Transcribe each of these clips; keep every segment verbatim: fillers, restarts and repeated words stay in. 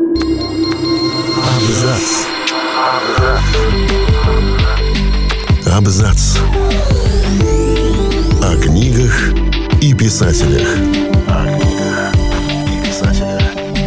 Абзац. Абзац. О книгах и писателях. О книгах и писателях.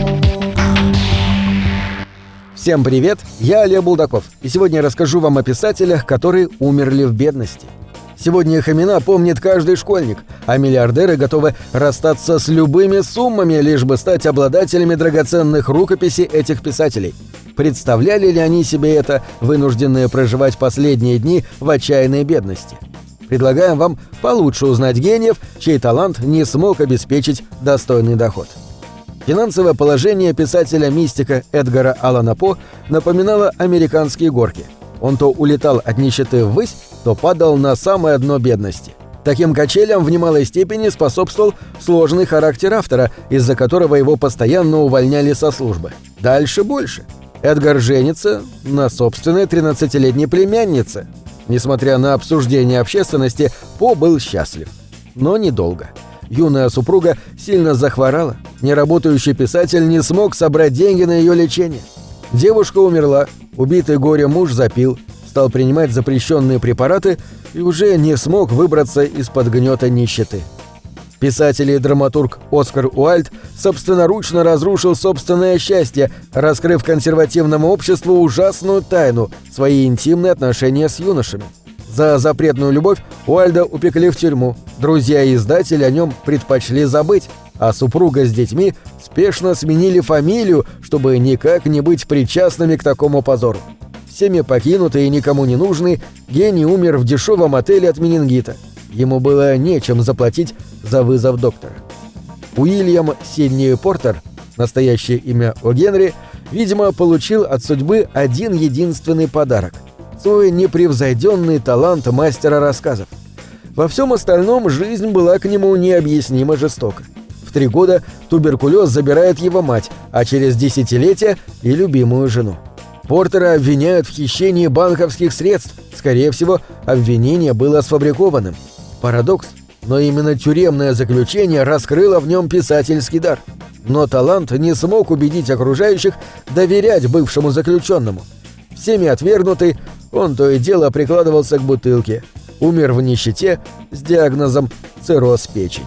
Всем привет, я Олег Булдаков, и сегодня я расскажу вам о писателях, которые умерли в бедности. Сегодня их имена помнит каждый школьник, а миллиардеры готовы расстаться с любыми суммами, лишь бы стать обладателями драгоценных рукописей этих писателей. Представляли ли они себе это, вынужденные проживать последние дни в отчаянной бедности? Предлагаем вам получше узнать гениев, чей талант не смог обеспечить достойный доход. Финансовое положение писателя-мистика Эдгара Аллана По напоминало американские горки. Он то улетал от нищеты ввысь, то падал на самое дно бедности. Таким качелям в немалой степени способствовал сложный характер автора, из-за которого его постоянно увольняли со службы. Дальше больше. Эдгар женится на собственной тринадцатилетней племяннице. Несмотря на обсуждение общественности, По был счастлив. Но недолго. Юная супруга сильно захворала. Неработающий писатель не смог собрать деньги на ее лечение. Девушка умерла, убитый горем муж запил, стал принимать запрещенные препараты и уже не смог выбраться из-под гнета нищеты. Писатель и драматург Оскар Уайльд собственноручно разрушил собственное счастье, раскрыв консервативному обществу ужасную тайну – свои интимные отношения с юношами. За запретную любовь Уайльда упекли в тюрьму, друзья и издатели о нем предпочли забыть, а супруга с детьми спешно сменили фамилию, чтобы никак не быть причастными к такому позору. Всеми покинутый и никому не нужный, гений умер в дешевом отеле от менингита. Ему было нечем заплатить за вызов доктора. Уильям Сидни Портер, настоящее имя О. Генри, видимо, получил от судьбы один единственный подарок – свой непревзойденный талант мастера рассказов. Во всем остальном жизнь была к нему необъяснимо жестока. В три года туберкулез забирает его мать, а через десятилетия – и любимую жену. Портера обвиняют в хищении банковских средств. Скорее всего, обвинение было сфабрикованным. Парадокс, но именно тюремное заключение раскрыло в нем писательский дар. Но талант не смог убедить окружающих доверять бывшему заключенному. Всеми отвергнутый, он то и дело прикладывался к бутылке. Умер в нищете с диагнозом цирроз печени.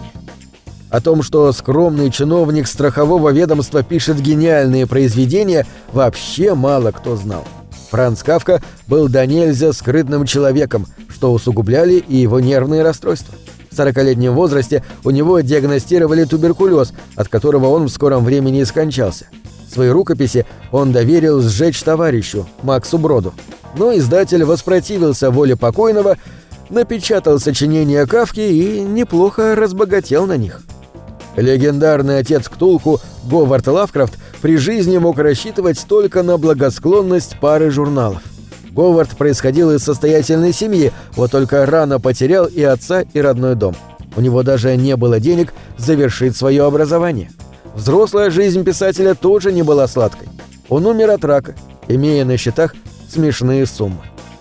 О том, что скромный чиновник страхового ведомства пишет гениальные произведения, вообще мало кто знал. Франц Кафка был до нельзя скрытным человеком, что усугубляли и его нервные расстройства. В сорокалетнем возрасте у него диагностировали туберкулез, от которого он в скором времени и скончался. Свои рукописи он доверил сжечь товарищу, Максу Броду. Но издатель воспротивился воле покойного, напечатал сочинения Кафки и неплохо разбогател на них. Легендарный отец Ктулху Говард Лавкрафт при жизни мог рассчитывать только на благосклонность пары журналов. Говард происходил из состоятельной семьи, вот только рано потерял и отца, и родной дом. У него даже не было денег завершить свое образование. Взрослая жизнь писателя тоже не была сладкой. Он умер от рака, имея на счетах смешные суммы.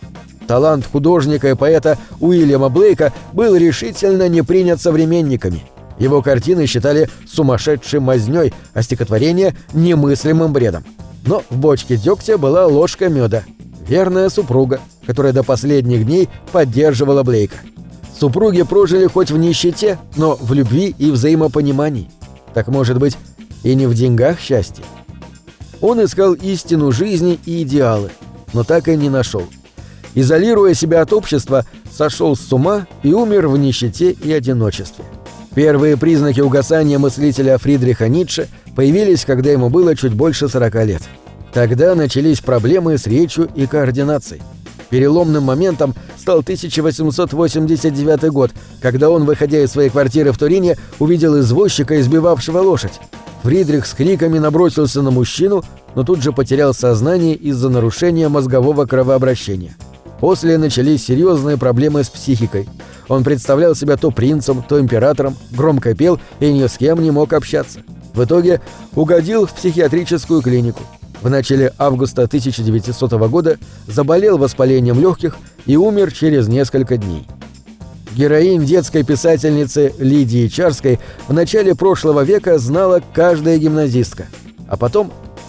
Талант художника и поэта Уильяма Блейка был решительно не принят современниками. Его картины считали сумасшедшей мазнёй, а стихотворение – немыслимым бредом. Но в бочке дегтя была ложка меда. Верная супруга, которая до последних дней поддерживала Блейка. Супруги прожили хоть в нищете, но в любви и взаимопонимании. Так, может быть, и не в деньгах счастье? Он искал истину жизни и идеалы, но так и не нашел. Изолируя себя от общества, сошел с ума и умер в нищете и одиночестве. Первые признаки угасания мыслителя Фридриха Ницше появились, когда ему было чуть больше сорока лет. Тогда начались проблемы с речью и координацией. Переломным моментом стал тысяча восемьсот восемьдесят девятый год, когда он, выходя из своей квартиры в Турине, увидел извозчика, избивавшего лошадь. Фридрих с криками набросился на мужчину, но тут же потерял сознание из-за нарушения мозгового кровообращения. После начались серьезные проблемы с психикой. Он представлял себя то принцем, то императором, громко пел и ни с кем не мог общаться. В итоге угодил в психиатрическую клинику. В начале августа тысяча девятисотого года заболел воспалением легких и умер через несколько дней. Героинь детской писательницы Лидии Чарской в начале прошлого века знала каждая гимназистка, а потом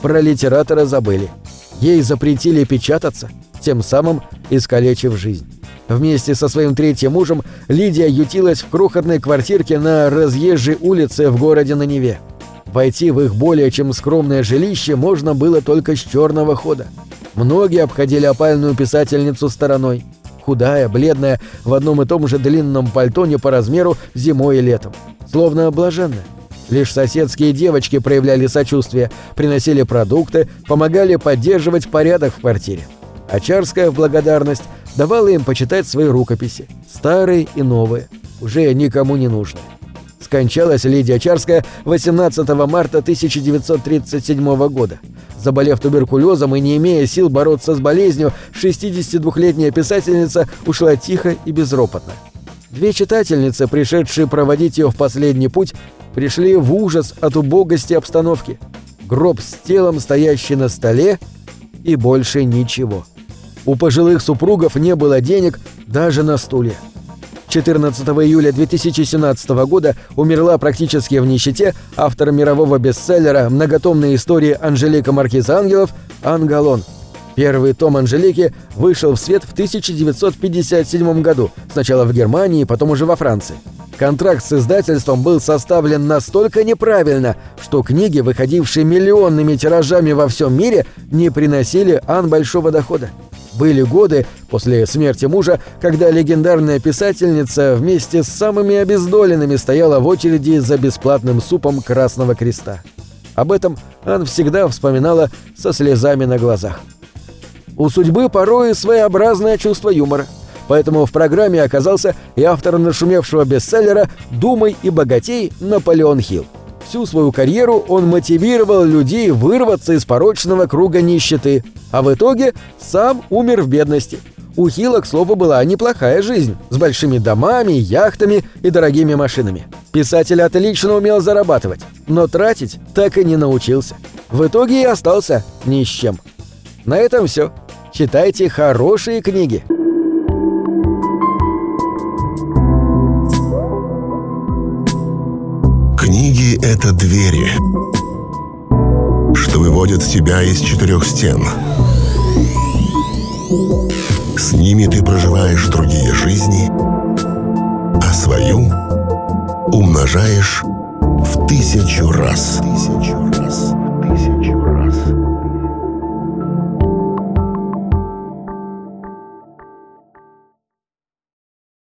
про литератора забыли. Ей запретили печататься, тем самым искалечив жизнь. Вместе со своим третьим мужем Лидия ютилась в крохотной квартирке на разъезжей улице в городе на Неве. Войти в их более чем скромное жилище можно было только с черного хода. Многие обходили опальную писательницу стороной. Худая, бледная, в одном и том же длинном пальто не по размеру зимой и летом. Словно блаженная. Лишь соседские девочки проявляли сочувствие, приносили продукты, помогали поддерживать порядок в квартире. А Чарская в благодарность давала им почитать свои рукописи, старые и новые, уже никому не нужные. Скончалась Лидия Чарская восемнадцатого марта тысяча девятьсот тридцать седьмого года. Заболев туберкулезом и не имея сил бороться с болезнью, шестидесятидвухлетняя писательница ушла тихо и безропотно. Две читательницы, пришедшие проводить ее в последний путь, пришли в ужас от убогости обстановки. Гроб с телом, стоящий на столе, и больше ничего. У пожилых супругов не было денег даже на стулья. четырнадцатого июля две тысячи семнадцатого года умерла практически в нищете автор мирового бестселлера многотомной истории Анжелика Маркиза Ангелов Ан Галон. Первый том «Анжелики» вышел в свет в тысяча девятьсот пятьдесят седьмом году, сначала в Германии, потом уже во Франции. Контракт с издательством был составлен настолько неправильно, что книги, выходившие миллионными тиражами во всем мире, не приносили Ан большого дохода. Были годы после смерти мужа, когда легендарная писательница вместе с самыми обездоленными стояла в очереди за бесплатным супом Красного Креста. Об этом Ан всегда вспоминала со слезами на глазах. У судьбы порой своеобразное чувство юмора. Поэтому в программе оказался и автор нашумевшего бестселлера «Думай и богатей» Наполеон Хилл. Всю свою карьеру он мотивировал людей вырваться из порочного круга нищеты, а в итоге сам умер в бедности. У Хилла, к слову, была неплохая жизнь, с большими домами, яхтами и дорогими машинами. Писатель отлично умел зарабатывать, но тратить так и не научился. В итоге и остался ни с чем. На этом все. Читайте хорошие книги. Книги — это двери, что выводят тебя из четырех стен. С ними ты проживаешь другие жизни, а свою умножаешь в тысячу раз. Тысячу.